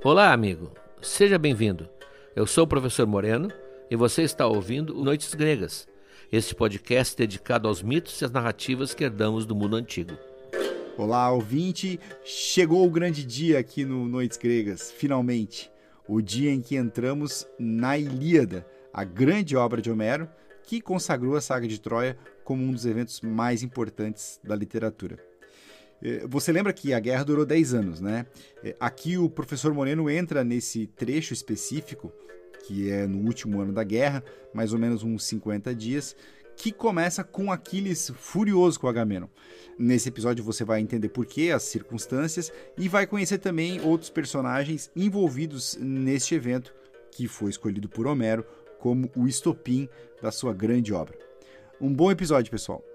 Olá, amigo. Seja bem-vindo. Eu sou o professor Moreno e você está ouvindo o Noites Gregas, este podcast dedicado aos mitos e às narrativas que herdamos do mundo antigo. Olá, ouvinte! Chegou o grande dia aqui no Noites Gregas, finalmente. O dia em que entramos na Ilíada, a grande obra de Homero, que consagrou a saga de Troia como um dos eventos mais importantes da literatura. Você lembra que a guerra durou 10 anos, né? Aqui o professor Moreno entra nesse trecho específico, que é no último ano da guerra, mais ou menos uns 50 dias, que começa com Aquiles furioso com Agamenon. Nesse episódio você vai entender por quê, as circunstâncias, e vai conhecer também outros personagens envolvidos neste evento, que foi escolhido por Homero como o estopim da sua grande obra. Um bom episódio, pessoal!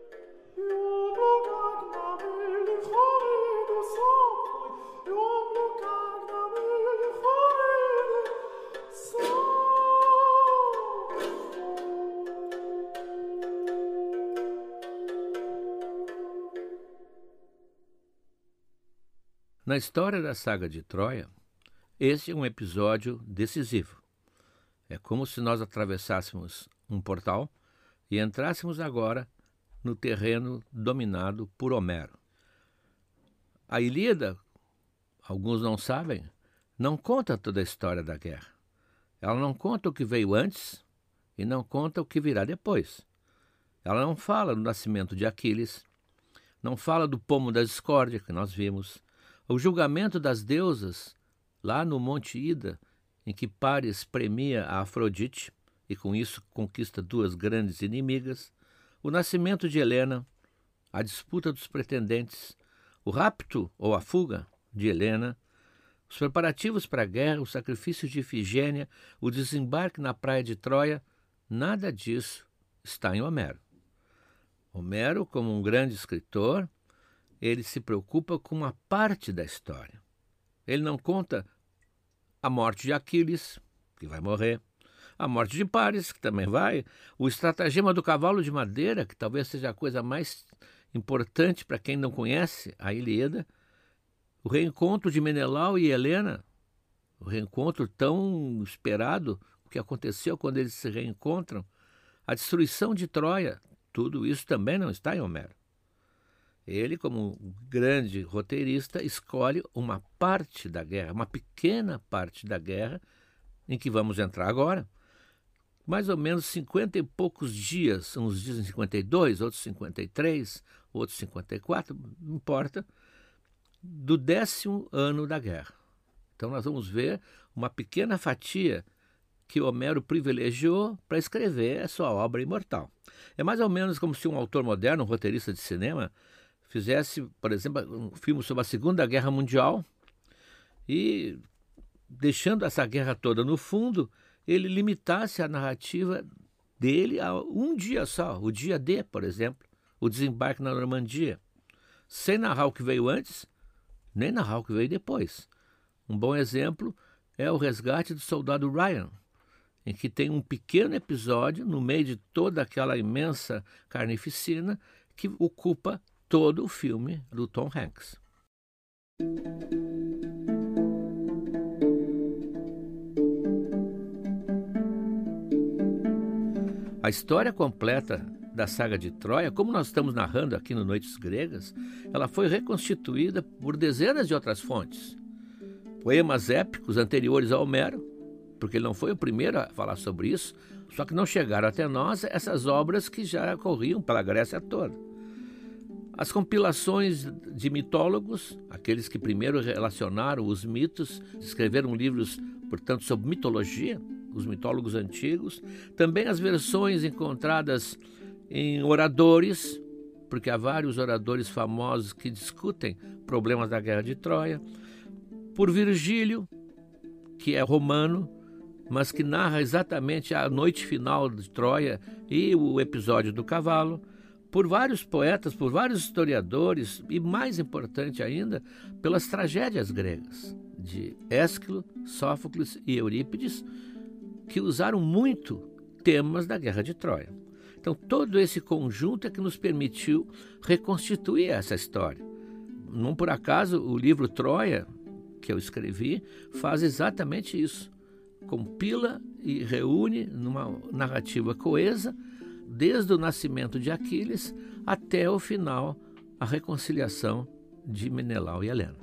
Na história da saga de Troia, este é um episódio decisivo. É como se nós atravessássemos um portal e entrássemos agora no terreno dominado por Homero. A Ilíada, alguns não sabem, não conta toda a história da guerra. Ela não conta o que veio antes e não conta o que virá depois. Ela não fala do nascimento de Aquiles, não fala do pomo da discórdia que nós vimos, o julgamento das deusas lá no Monte Ida, em que Paris premia a Afrodite e com isso conquista duas grandes inimigas, o nascimento de Helena, a disputa dos pretendentes, o rapto ou a fuga de Helena, os preparativos para a guerra, o sacrifício de Ifigênia, o desembarque na praia de Troia, nada disso está em Homero. Homero, como um grande escritor, ele se preocupa com uma parte da história. Ele não conta a morte de Aquiles, que vai morrer, a morte de Paris, que também vai, o estratagema do cavalo de madeira, que talvez seja a coisa mais importante para quem não conhece a Ilíada, o reencontro de Menelau e Helena, o reencontro tão esperado, o que aconteceu quando eles se reencontram, a destruição de Troia, tudo isso também não está em Homero. Ele, como um grande roteirista, escolhe uma parte da guerra, uma pequena parte da guerra, em que vamos entrar agora, mais ou menos 50 e poucos dias, uns dizem 52, outros 53, outros 54, não importa, do 10º ano da guerra. Então nós vamos ver uma pequena fatia que Homero privilegiou para escrever a sua obra imortal. É mais ou menos como se um autor moderno, um roteirista de cinema, fizesse, por exemplo, um filme sobre a Segunda Guerra Mundial e, deixando essa guerra toda no fundo, ele limitasse a narrativa dele a um dia só, o dia D, por exemplo, o desembarque na Normandia, sem narrar o que veio antes, nem narrar o que veio depois. Um bom exemplo é o resgate do soldado Ryan, em que tem um pequeno episódio no meio de toda aquela imensa carnificina que ocupa todo o filme do Tom Hanks. A história completa da saga de Troia, como nós estamos narrando aqui no Noites Gregas, ela foi reconstituída por dezenas de outras fontes. Poemas épicos anteriores a Homero, porque ele não foi o primeiro a falar sobre isso, só que não chegaram até nós essas obras que já corriam pela Grécia toda. As compilações de mitólogos, aqueles que primeiro relacionaram os mitos, escreveram livros, portanto, sobre mitologia, os mitólogos antigos, também as versões encontradas em oradores, porque há vários oradores famosos que discutem problemas da Guerra de Troia, por Virgílio, que é romano, mas que narra exatamente a noite final de Troia e o episódio do cavalo, por vários poetas, por vários historiadores e, mais importante ainda, pelas tragédias gregas de Ésquilo, Sófocles e Eurípides, que usaram muito temas da Guerra de Troia. Então, todo esse conjunto é que nos permitiu reconstituir essa história. Não por acaso, o livro Troia, que eu escrevi faz exatamente isso. Compila e reúne numa narrativa coesa, desde o nascimento de Aquiles até o final, a reconciliação de Menelau e Helena.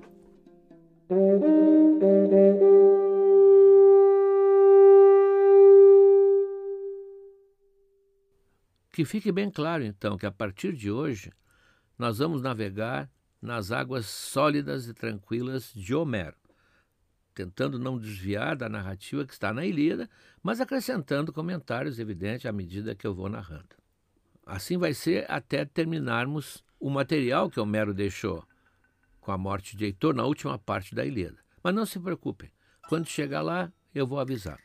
Que fique bem claro, então, que a partir de hoje nós vamos navegar nas águas sólidas e tranquilas de Homero, tentando não desviar da narrativa que está na Ilíada, mas acrescentando comentários evidentes à medida que eu vou narrando. Assim vai ser até terminarmos o material que Homero deixou com a morte de Heitor na última parte da Ilíada. Mas não se preocupem, quando chegar lá eu vou avisar.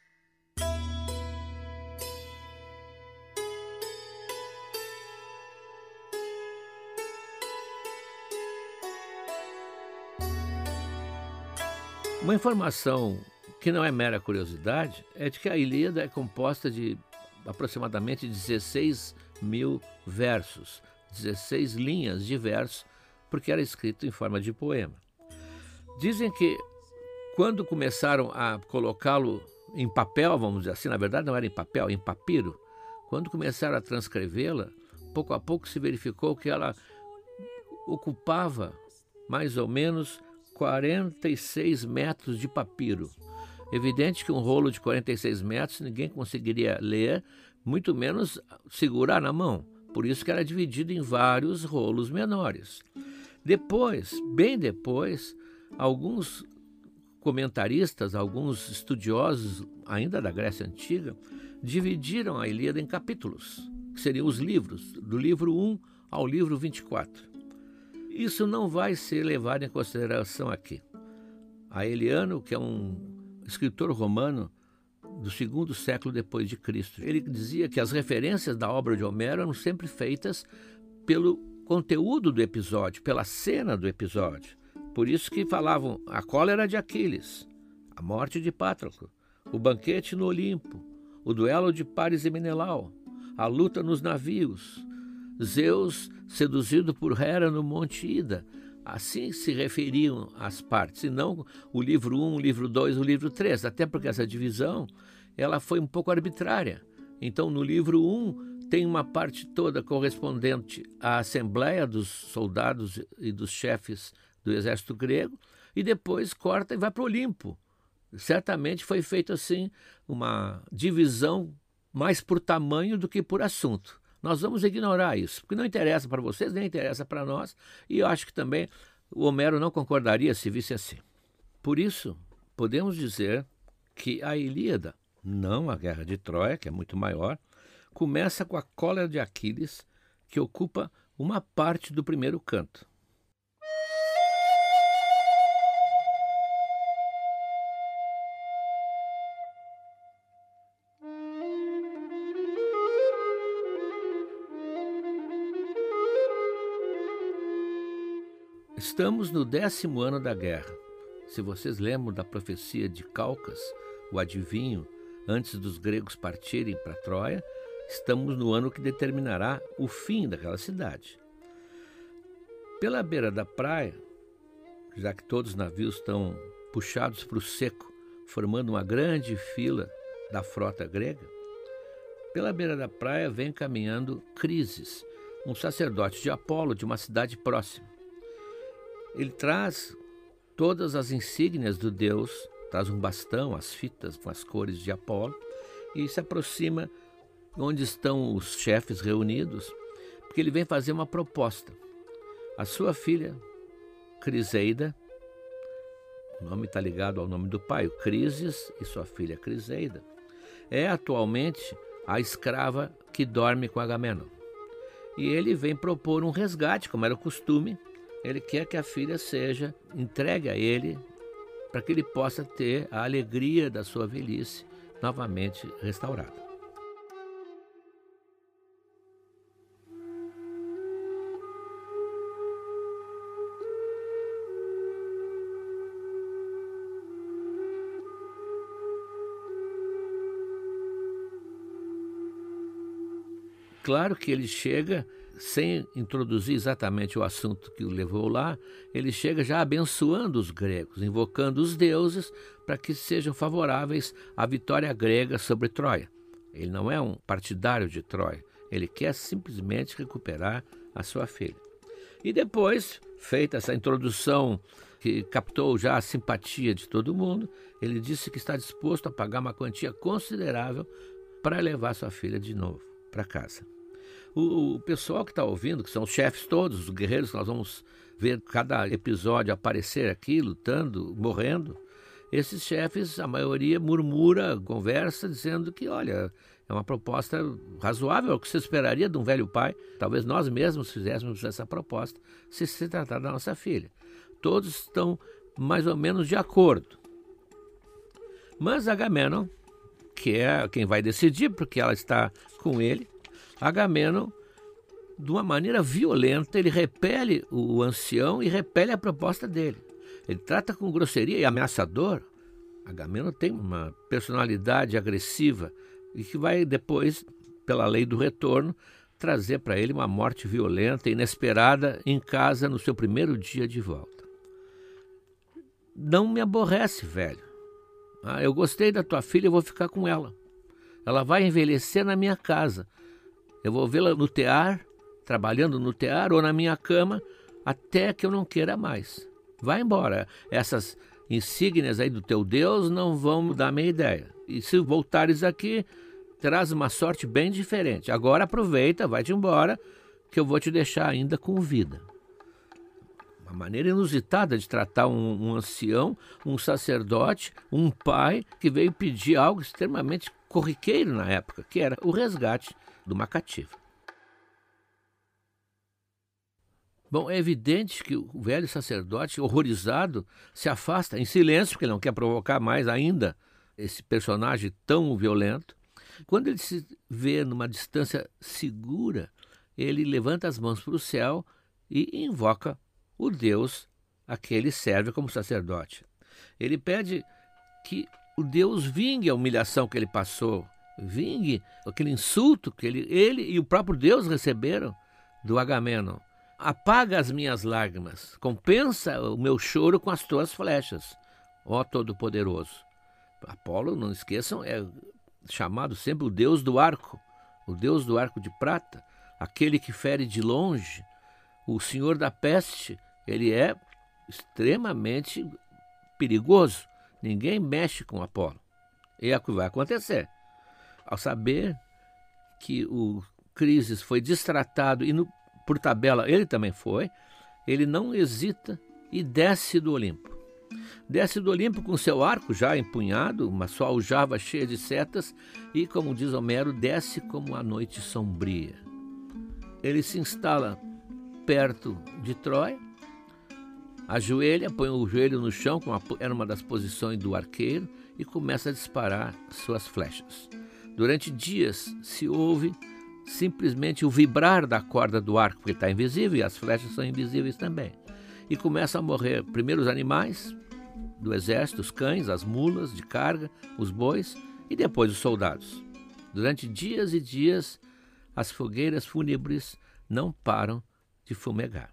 Uma informação que não é mera curiosidade é de que a Ilíada é composta de aproximadamente 16 mil versos, 16 linhas de versos, porque era escrito em forma de poema. Dizem que quando começaram a colocá-lo em papel, vamos dizer assim, na verdade não era em papel, em papiro, quando começaram a transcrevê-la, pouco a pouco se verificou que ela ocupava mais ou menos 46 metros de papiro. Evidente que um rolo de 46 metros ninguém conseguiria ler, muito menos segurar na mão. Por isso que era dividido em vários rolos menores. Depois, bem depois, alguns comentaristas, alguns estudiosos ainda da Grécia Antiga, dividiram a Ilíada em capítulos, que seriam os livros, do livro 1 ao livro 24. Isso não vai ser levado em consideração aqui. Aeliano, que é um escritor romano do 2º século depois de Cristo, ele dizia que as referências da obra de Homero eram sempre feitas pelo conteúdo do episódio, pela cena do episódio. Por isso que falavam a cólera de Aquiles, a morte de Pátroclo, o banquete no Olimpo, o duelo de Paris e Menelau, a luta nos navios, Zeus seduzido por Hera no Monte Ida. Assim se referiam às partes, e não o livro 1, o livro 2, o livro 3, até porque essa divisão ela foi um pouco arbitrária. Então, no livro 1, tem uma parte toda correspondente à assembleia dos soldados e dos chefes do exército grego, e depois corta e vai para o Olimpo. Certamente foi feita assim uma divisão mais por tamanho do que por assunto. Nós vamos ignorar isso, porque não interessa para vocês, nem interessa para nós, e eu acho que também o Homero não concordaria se visse assim. Por isso, podemos dizer que a Ilíada, não a Guerra de Troia, que é muito maior, começa com a cólera de Aquiles, que ocupa uma parte do primeiro canto. Estamos no 10º ano da guerra. Se vocês lembram da profecia de Calcas, o adivinho, antes dos gregos partirem para Troia, estamos no ano que determinará o fim daquela cidade. Pela beira da praia, já que todos os navios estão puxados para o seco, formando uma grande fila da frota grega, pela beira da praia vem caminhando Crises, um sacerdote de Apolo de uma cidade próxima. Ele traz todas as insígnias do deus, traz um bastão, as fitas com as cores de Apolo, e se aproxima onde estão os chefes reunidos, porque ele vem fazer uma proposta. A sua filha, Criseida, o nome está ligado ao nome do pai, o Crises, e sua filha Criseida, é atualmente a escrava que dorme com Agamenon. E ele vem propor um resgate, como era o costume. Ele quer que a filha seja entregue a ele para que ele possa ter a alegria da sua velhice novamente restaurada. Claro que ele chega sem introduzir exatamente o assunto que o levou lá, ele chega já abençoando os gregos, invocando os deuses para que sejam favoráveis à vitória grega sobre Troia. Ele não é um partidário de Troia, ele quer simplesmente recuperar a sua filha. E depois, feita essa introdução que captou já a simpatia de todo mundo, ele disse que está disposto a pagar uma quantia considerável para levar sua filha de novo para casa. O pessoal que está ouvindo, que são os chefes todos, os guerreiros, nós vamos ver cada episódio aparecer aqui, lutando, morrendo. Esses chefes, a maioria murmura, conversa, dizendo que, olha, é uma proposta razoável, o que se esperaria de um velho pai. Talvez nós mesmos fizéssemos essa proposta se tratar da nossa filha. Todos estão mais ou menos de acordo. Mas Agamenon, que é quem vai decidir, porque ela está com ele, Agamenon, de uma maneira violenta, ele repele o ancião e repele a proposta dele. Ele trata com grosseria e ameaçador. Agamenon tem uma personalidade agressiva e que vai depois, pela lei do retorno, trazer para ele uma morte violenta e inesperada em casa no seu primeiro dia de volta. Não me aborrece, velho. Eu gostei da tua filha, eu vou ficar com ela. Ela vai envelhecer na minha casa. Eu vou vê-la no tear, trabalhando no tear ou na minha cama, até que eu não queira mais. Vai embora. Essas insígnias aí do teu Deus não vão mudar a minha ideia. E se voltares aqui, terás uma sorte bem diferente. Agora aproveita, vai-te embora, que eu vou te deixar ainda com vida. Uma maneira inusitada de tratar um ancião, um sacerdote, um pai que veio pedir algo extremamente corriqueiro na época, que era o resgate de uma cativa. Bom, é evidente que o velho sacerdote, horrorizado, se afasta em silêncio, porque ele não quer provocar mais ainda esse personagem tão violento. Quando ele se vê numa distância segura, ele levanta as mãos para o céu e invoca o Deus a que ele serve como sacerdote. Ele pede que o Deus vingue a humilhação que ele passou, vingue aquele insulto que ele e o próprio Deus receberam do Agamenon. Apaga as minhas lágrimas, compensa o meu choro com as tuas flechas, ó Todo-Poderoso. Apolo, não esqueçam, é chamado sempre o Deus do arco de prata, aquele que fere de longe, o Senhor da peste. Ele é extremamente perigoso, ninguém mexe com Apolo. E é o que vai acontecer. Ao saber que o Crises foi destratado e por tabela ele também foi, ele não hesita e desce do Olimpo. Desce do Olimpo com seu arco já empunhado, uma sua aljava cheia de setas e, como diz Homero, desce como a noite sombria. Ele se instala perto de Troia, ajoelha, põe o joelho no chão, como era uma das posições do arqueiro, e começa a disparar suas flechas. Durante dias se ouve simplesmente o vibrar da corda do arco, porque está invisível e as flechas são invisíveis também. E começam a morrer primeiro os animais do exército, os cães, as mulas de carga, os bois e depois os soldados. Durante dias e dias, as fogueiras fúnebres não param de fumegar.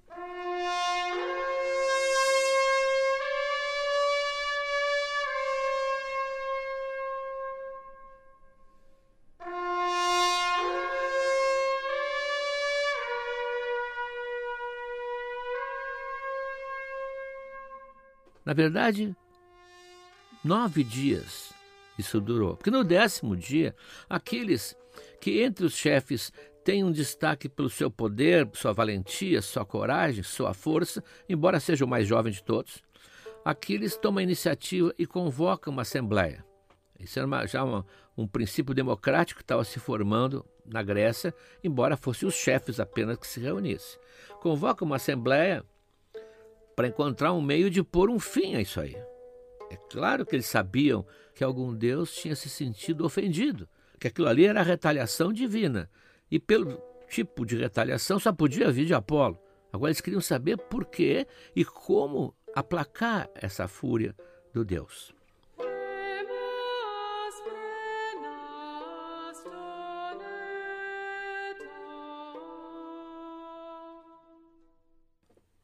Na verdade, 9 dias isso durou. Porque no 10º dia, aqueles que entre os chefes têm um destaque pelo seu poder, sua valentia, sua coragem, sua força, embora seja o mais jovem de todos, Aquiles toma a iniciativa e convoca uma assembleia. Isso era já um princípio democrático que estava se formando na Grécia, embora fossem os chefes apenas que se reunissem. Convoca uma assembleia para encontrar um meio de pôr um fim a isso aí. É claro que eles sabiam que algum deus tinha se sentido ofendido, que aquilo ali era a retaliação divina. E pelo tipo de retaliação só podia vir de Apolo. Agora eles queriam saber por quê e como aplacar essa fúria do deus.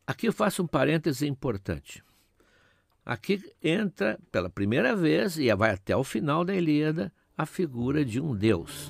Aqui eu faço um parêntese importante. Aqui entra pela primeira vez, e vai até o final da Ilíada, a figura de um deus.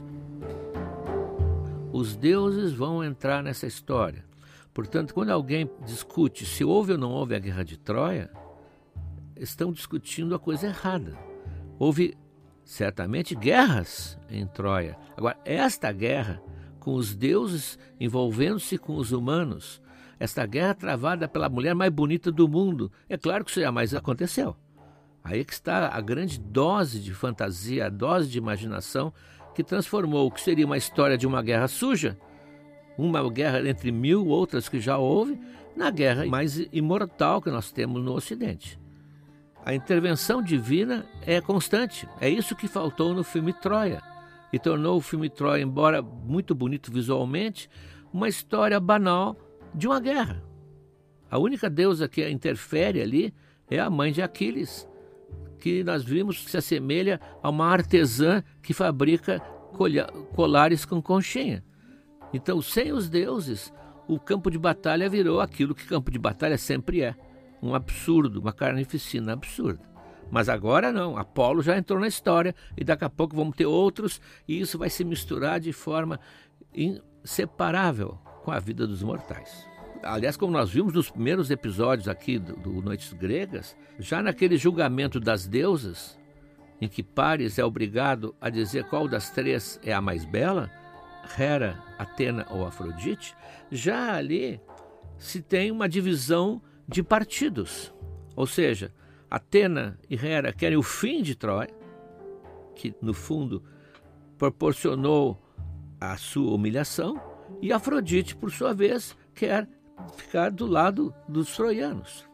Os deuses vão entrar nessa história. Portanto, quando alguém discute se houve ou não houve a Guerra de Troia, estão discutindo a coisa errada. Houve, certamente, guerras em Troia. Agora, esta guerra, com os deuses envolvendo-se com os humanos, esta guerra travada pela mulher mais bonita do mundo, é claro que isso jamais aconteceu. Aí é que está a grande dose de fantasia, a dose de imaginação que transformou o que seria uma história de uma guerra suja, uma guerra entre 1000 outras que já houve, na guerra mais imortal que nós temos no Ocidente. A intervenção divina é constante, é isso que faltou no filme Troia, e tornou o filme Troia, embora muito bonito visualmente, uma história banal de uma guerra. A única deusa que interfere ali é a mãe de Aquiles, que nós vimos que se assemelha a uma artesã que fabrica colares com conchinha. Então, sem os deuses, o campo de batalha virou aquilo que campo de batalha sempre é, um absurdo, uma carnificina absurda. Mas agora não, Apolo já entrou na história e daqui a pouco vamos ter outros, e isso vai se misturar de forma inseparável com a vida dos mortais. Aliás, como nós vimos nos primeiros episódios aqui do Noites Gregas, já naquele julgamento das deusas, em que Paris é obrigado a dizer qual das três é a mais bela, Hera, Atena ou Afrodite, já ali se tem uma divisão de partidos. Ou seja, Atena e Hera querem o fim de Troia, que no fundo proporcionou a sua humilhação, e Afrodite, por sua vez, quer ficar do lado dos troianos.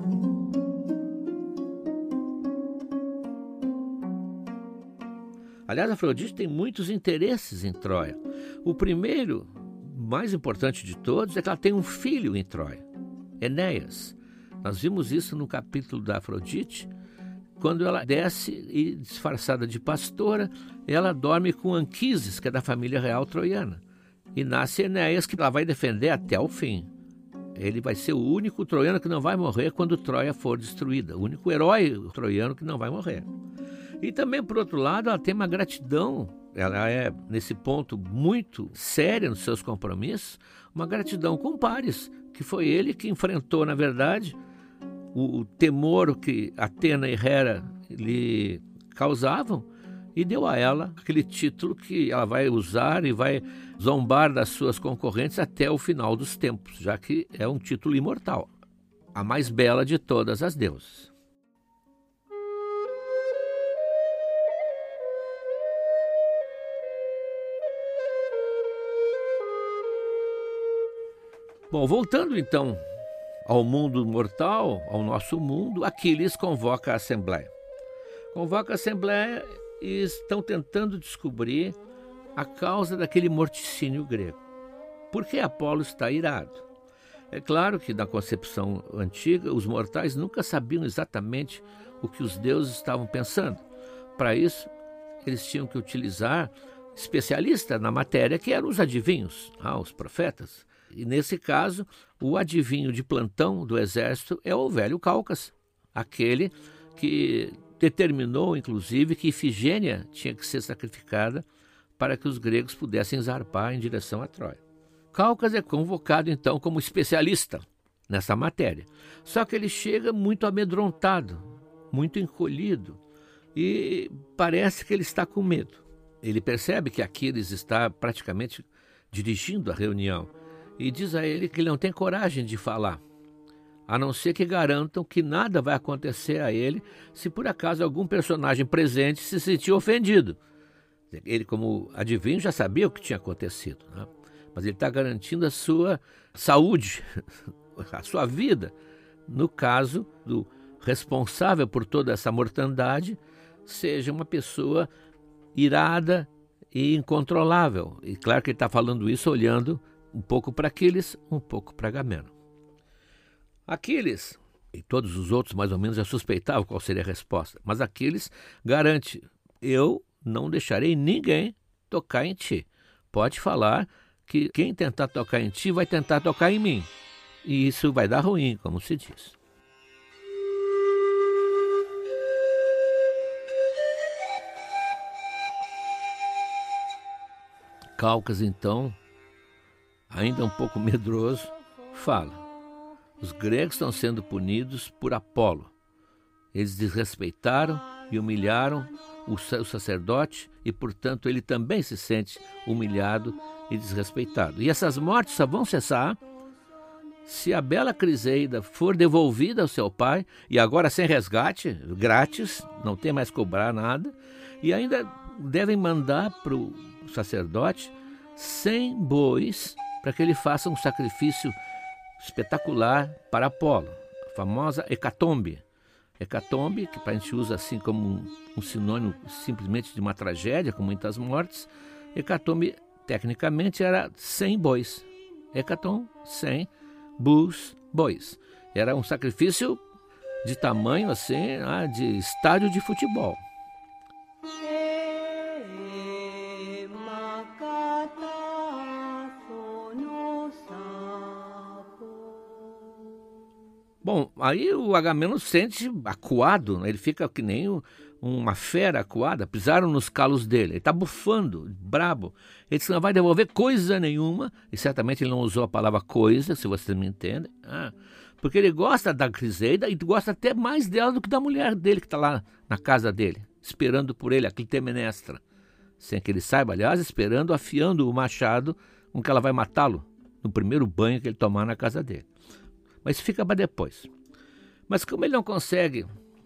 Aliás, Afrodite tem muitos interesses em Troia. O primeiro, mais importante de todos, é que ela tem um filho em Troia, Enéas. Nós vimos isso no capítulo da Afrodite, quando ela desce e, disfarçada de pastora, ela dorme com Anquises, que é da família real troiana. E nasce Enéas, que ela vai defender até o fim. Ele vai ser o único troiano que não vai morrer quando Troia for destruída, o único herói troiano que não vai morrer. E também, por outro lado, ela tem uma gratidão, ela é, nesse ponto, muito séria nos seus compromissos, uma gratidão com Paris, que foi ele que enfrentou, na verdade, o temor que Atena e Hera lhe causavam, e deu a ela aquele título que ela vai usar e vai zombar das suas concorrentes até o final dos tempos, já que é um título imortal, a mais bela de todas as deusas. Bom, voltando então ao mundo mortal, ao nosso mundo, Aquiles convoca a Assembleia. Convoca a Assembleia e estão tentando descobrir a causa daquele morticínio grego. Por que Apolo está irado? É claro que, na concepção antiga, os mortais nunca sabiam exatamente o que os deuses estavam pensando. Para isso, eles tinham que utilizar especialistas na matéria, que eram os adivinhos, os profetas. E, nesse caso, o adivinho de plantão do exército é o velho Cáucaso, aquele que determinou, inclusive, que Ifigênia tinha que ser sacrificada para que os gregos pudessem zarpar em direção a Troia. Cáucaso é convocado, então, como especialista nessa matéria. Só que ele chega muito amedrontado, muito encolhido, e parece que ele está com medo. Ele percebe que Aquiles está praticamente dirigindo a reunião e diz a ele que ele não tem coragem de falar, a não ser que garantam que nada vai acontecer a ele se por acaso algum personagem presente se sentir ofendido. Ele, como adivinho, já sabia o que tinha acontecido, né? Mas ele está garantindo a sua saúde, a sua vida, no caso do responsável por toda essa mortandade seja uma pessoa irada e incontrolável. E claro que ele está falando isso olhando um pouco para Aquiles, um pouco para Agamemnon. Aquiles, e todos os outros mais ou menos já suspeitavam qual seria a resposta, mas Aquiles garante: eu não deixarei ninguém tocar em ti. Pode falar que quem tentar tocar em ti vai tentar tocar em mim. e isso vai dar ruim, como se diz. Calcas, então, ainda um pouco medroso, fala: os gregos estão sendo punidos por Apolo. Eles desrespeitaram e humilharam o sacerdote e, portanto, ele também se sente humilhado e desrespeitado. E essas mortes só vão cessar se a bela Criseida for devolvida ao seu pai, e agora sem resgate, grátis, não tem mais cobrar nada, e ainda devem mandar para o sacerdote 100 bois para que ele faça um sacrifício espetacular para Apolo, a famosa hecatombe. Hecatombe, que a gente usa assim como um sinônimo simplesmente de uma tragédia com muitas mortes. Hecatombe, tecnicamente, era 100 bois. Hecaton, 100, bois. Era um sacrifício de tamanho assim, de estádio de futebol. Bom, aí o Agamenon sente acuado, né? Ele fica que nem uma fera acuada, pisaram nos calos dele, ele está bufando, brabo. Ele disse que não vai devolver coisa nenhuma, e certamente ele não usou a palavra coisa, se vocês me entendem, porque ele gosta da Criseida e gosta até mais dela do que da mulher dele, que está lá na casa dele, esperando por ele, a Clitemnestra, sem que ele saiba, aliás, esperando, afiando o machado com que ela vai matá-lo no primeiro banho que ele tomar na casa dele. Mas fica para depois. Mas como ele não consegue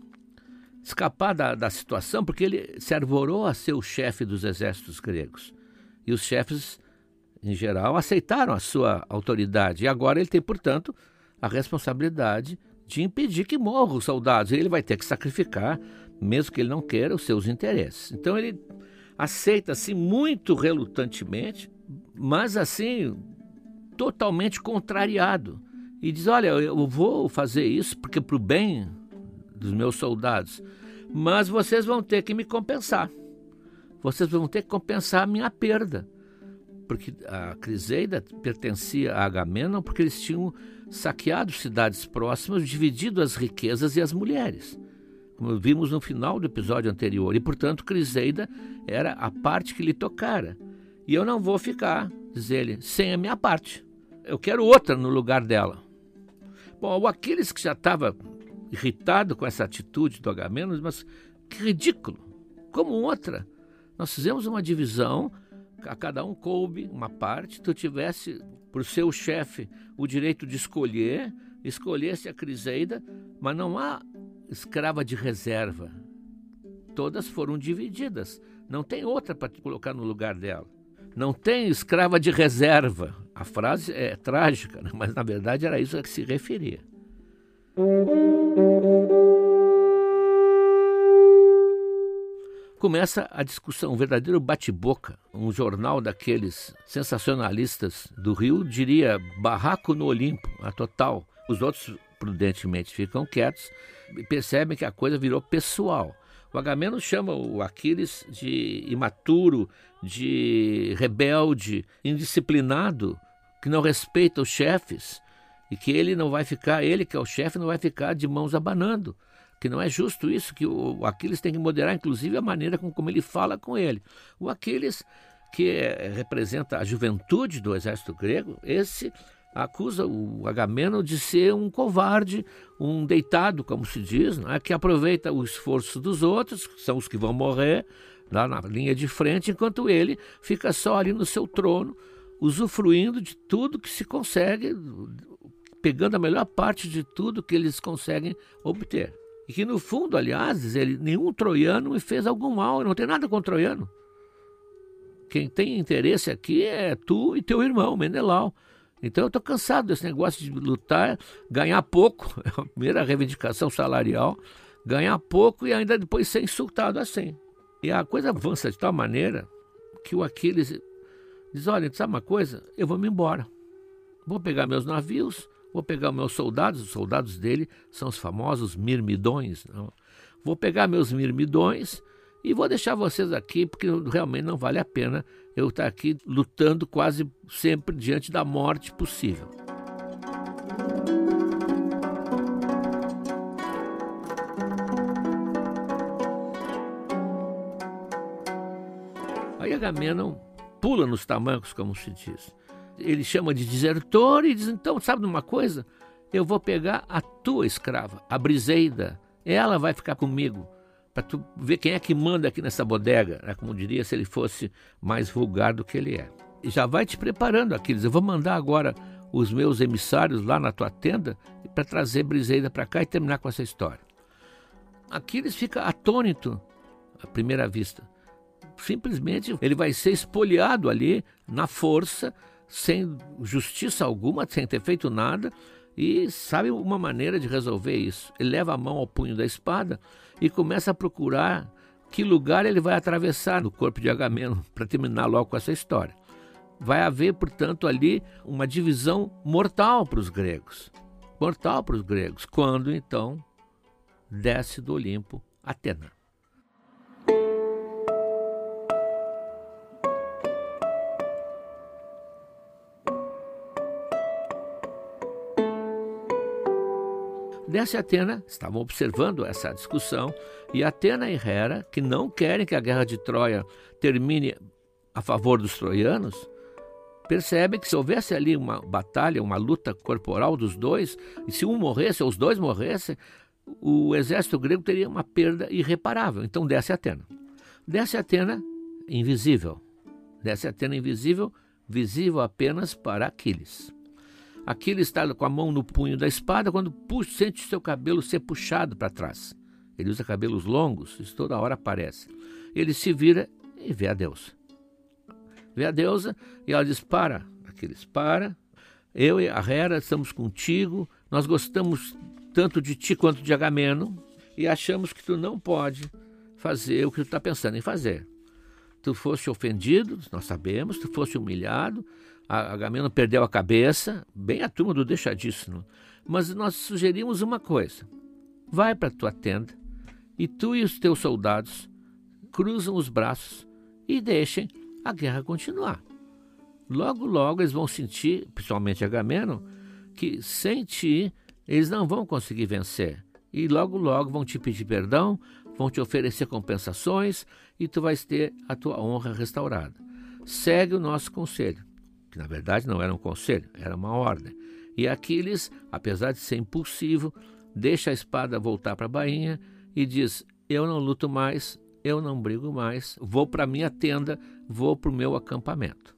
escapar da situação, porque ele se arvorou a ser o chefe dos exércitos gregos. E os chefes, em geral, aceitaram a sua autoridade. E agora ele tem, portanto, a responsabilidade de impedir que morram os soldados. E ele vai ter que sacrificar, mesmo que ele não queira, os seus interesses. Então ele aceita, assim, muito relutantemente, mas, assim, totalmente contrariado. E diz, olha, eu vou fazer isso porque para o bem dos meus soldados, mas vocês vão ter que me compensar. Vocês vão ter que compensar a minha perda. Porque a Criseida pertencia a Agamenon porque eles tinham saqueado cidades próximas, dividido as riquezas e as mulheres, como vimos no final do episódio anterior. E, portanto, Criseida era a parte que lhe tocara. E eu não vou ficar, diz ele, sem a minha parte. Eu quero outra no lugar dela. Bom, o Aquiles, que já estava irritado com essa atitude do Agamenon, mas que ridículo, como outra. Nós fizemos uma divisão, a cada um coube uma parte, tu tivesse, por seu chefe, o direito de escolhesse a Criseida, mas não há escrava de reserva. Todas foram divididas, não tem outra para colocar no lugar dela. Não tem escrava de reserva. A frase é trágica, né? Mas na verdade era isso a que se referia. Começa a discussão, um verdadeiro bate-boca. Um jornal daqueles sensacionalistas do Rio diria barraco no Olimpo, a total. Os outros prudentemente ficam quietos e percebem que a coisa virou pessoal. O Agamenon chama o Aquiles de imaturo, de rebelde, indisciplinado, que não respeita os chefes e que ele não vai ficar, ele que é o chefe, não vai ficar de mãos abanando, que não é justo isso, que o Aquiles tem que moderar, inclusive, a maneira como ele fala com ele. O Aquiles, que representa a juventude do exército grego, esse acusa o Agamenon de ser um covarde, um deitado, como se diz, né, que aproveita o esforço dos outros, que são os que vão morrer, lá na linha de frente, enquanto ele fica só ali no seu trono, usufruindo de tudo que se consegue, pegando a melhor parte de tudo que eles conseguem obter. E que, no fundo, aliás, nenhum troiano me fez algum mal, eu não tenho nada contra o troiano. Quem tem interesse aqui é tu e teu irmão, Menelau. Então eu estou cansado desse negócio de lutar, ganhar pouco, é a primeira reivindicação salarial, ganhar pouco e ainda depois ser insultado assim. E a coisa avança de tal maneira que o Aquiles diz, olha, sabe uma coisa? Eu vou me embora. Vou pegar meus navios, vou pegar meus soldados, os soldados dele são os famosos mirmidões. Não? Vou pegar meus mirmidões e vou deixar vocês aqui, porque realmente não vale a pena eu estar aqui lutando quase sempre diante da morte possível. Aí Agamenon pula nos tamancos, como se diz. Ele chama de desertor e diz, então, sabe de uma coisa? Eu vou pegar a tua escrava, a Briseida. Ela vai ficar comigo, para tu ver quem é que manda aqui nessa bodega, né? Como diria se ele fosse mais vulgar do que ele é. E já vai te preparando, Aquiles. Eu vou mandar agora os meus emissários lá na tua tenda para trazer Briseida para cá e terminar com essa história. Aquiles fica atônito à primeira vista. Simplesmente ele vai ser espoliado ali na força, sem justiça alguma, sem ter feito nada, e sabe uma maneira de resolver isso. Ele leva a mão ao punho da espada e começa a procurar que lugar ele vai atravessar no corpo de Agamenon para terminar logo com essa história. Vai haver, portanto, ali uma divisão mortal para os gregos. Mortal para os gregos, quando então desce do Olimpo Atena. Desce Atena, estavam observando essa discussão, e Atena e Hera, que não querem que a guerra de Troia termine a favor dos troianos, percebem que se houvesse ali uma batalha, uma luta corporal dos dois, e se um morresse ou os dois morressem, o exército grego teria uma perda irreparável. Então desce Atena. Desce Atena invisível. Desce Atena invisível, visível apenas para Aquiles. Aquiles está com a mão no punho da espada quando sente o seu cabelo ser puxado para trás. Ele usa cabelos longos, isso toda hora aparece. Ele se vira e vê a deusa. Vê a deusa e ela diz, para, Aquiles, para. Eu e a Hera estamos contigo, nós gostamos tanto de ti quanto de Agamenon e achamos que tu não pode fazer o que tu está pensando em fazer. Tu foste ofendido, nós sabemos, tu foste humilhado, Agamenon perdeu a cabeça, bem a turma do deixadíssimo. Mas nós sugerimos uma coisa. Vai para a tua tenda e tu e os teus soldados cruzam os braços e deixem a guerra continuar. Logo, logo eles vão sentir, principalmente Agamenon, que sem ti eles não vão conseguir vencer. E logo, logo vão te pedir perdão, vão te oferecer compensações e tu vais ter a tua honra restaurada. Segue o nosso conselho. Que na verdade não era um conselho, era uma ordem. E Aquiles, apesar de ser impulsivo, deixa a espada voltar para a bainha e diz, eu não luto mais, eu não brigo mais, vou para a minha tenda, vou para o meu acampamento.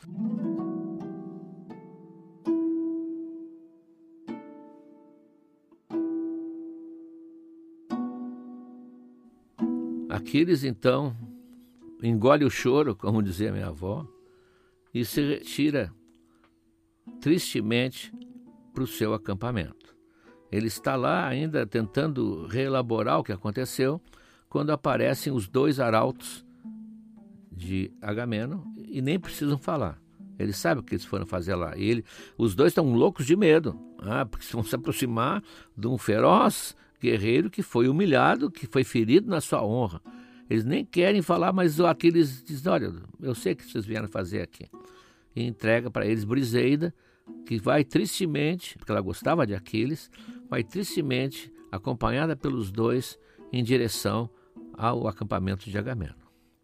Aquiles então engole o choro, como dizia minha avó, e se retira tristemente para o seu acampamento. Ele está lá ainda tentando reelaborar o que aconteceu, quando aparecem os dois arautos de Agamenon e nem precisam falar. Eles sabem o que eles foram fazer lá. E os dois estão loucos de medo, porque vão se aproximar de um feroz guerreiro que foi humilhado, que foi ferido na sua honra. Eles nem querem falar, mas o Aquiles diz, olha, eu sei o que vocês vieram fazer aqui. E entrega para eles Briseida, que vai tristemente, porque ela gostava de Aquiles, vai tristemente, acompanhada pelos dois, em direção ao acampamento de Agamenon.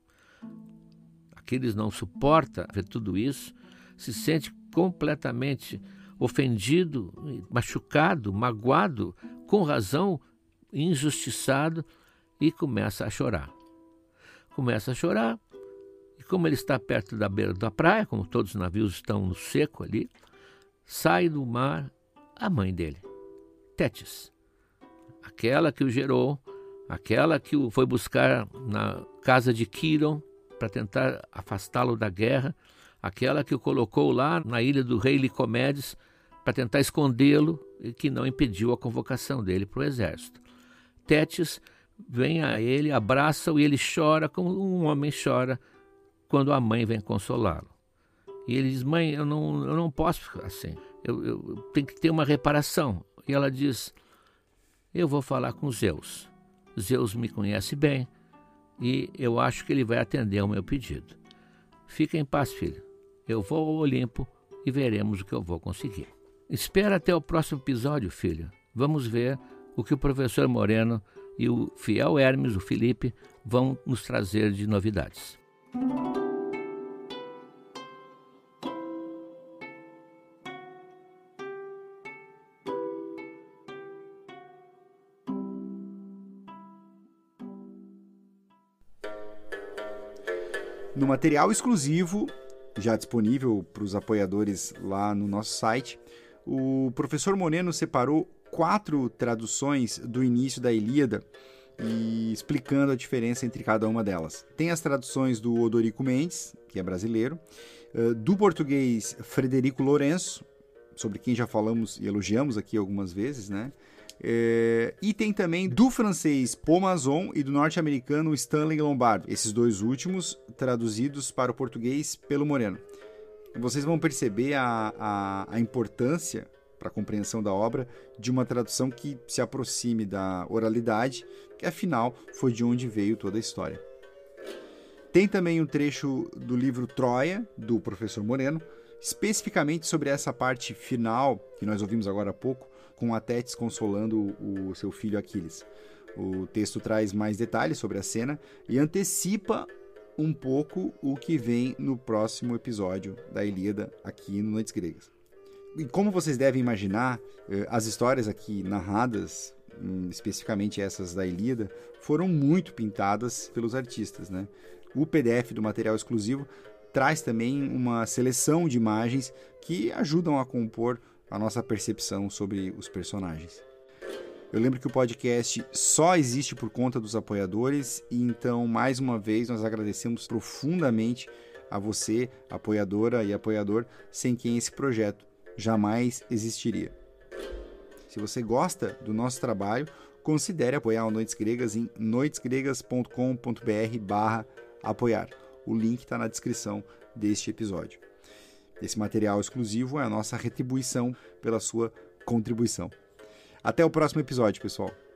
Aquiles não suporta ver tudo isso, se sente completamente ofendido, machucado, magoado, com razão, injustiçado, e começa a chorar. Começa a chorar, e como ele está perto da beira da praia, como todos os navios estão no seco ali, sai do mar a mãe dele, Tétis, aquela que o gerou, aquela que o foi buscar na casa de Quiron para tentar afastá-lo da guerra, aquela que o colocou lá na ilha do rei Licomedes para tentar escondê-lo e que não impediu a convocação dele para o exército. Tétis vem a ele, abraça-o e ele chora como um homem chora quando a mãe vem consolá-lo. E ele diz, mãe, eu não posso ficar assim, eu tenho que ter uma reparação. E ela diz, eu vou falar com Zeus. Zeus me conhece bem e eu acho que ele vai atender ao meu pedido. Fica em paz, filho. Eu vou ao Olimpo e veremos o que eu vou conseguir. Espera até o próximo episódio, filho. Vamos ver o que o professor Moreno e o fiel Hermes, o Felipe, vão nos trazer de novidades. No material exclusivo, já disponível para os apoiadores lá no nosso site, o professor Moreno separou 4 traduções do início da Ilíada e explicando a diferença entre cada uma delas. Tem as traduções do Odorico Mendes, que é brasileiro, do português Frederico Lourenço, sobre quem já falamos e elogiamos aqui algumas vezes, né? E tem também do francês Paul Masson e do norte-americano Stanley Lombardo, esses 2 últimos traduzidos para o português pelo Moreno. Vocês vão perceber a importância para a compreensão da obra de uma tradução que se aproxime da oralidade, que afinal foi de onde veio toda a história. Tem também um trecho do livro Troia, do professor Moreno, especificamente sobre essa parte final, que nós ouvimos agora há pouco, com a Tétis consolando o seu filho Aquiles. O texto traz mais detalhes sobre a cena e antecipa um pouco o que vem no próximo episódio da Ilíada aqui no Noites Gregas. E como vocês devem imaginar, as histórias aqui narradas, especificamente essas da Ilíada, foram muito pintadas pelos artistas, né? O PDF do material exclusivo traz também uma seleção de imagens que ajudam a compor a nossa percepção sobre os personagens. Eu lembro que o podcast só existe por conta dos apoiadores e então, mais uma vez, nós agradecemos profundamente a você, apoiadora e apoiador, sem quem esse projeto jamais existiria. Se você gosta do nosso trabalho, considere apoiar o Noites Gregas em noitesgregas.com.br/apoiar. O link está na descrição deste episódio. Esse material exclusivo é a nossa retribuição pela sua contribuição. Até o próximo episódio, pessoal.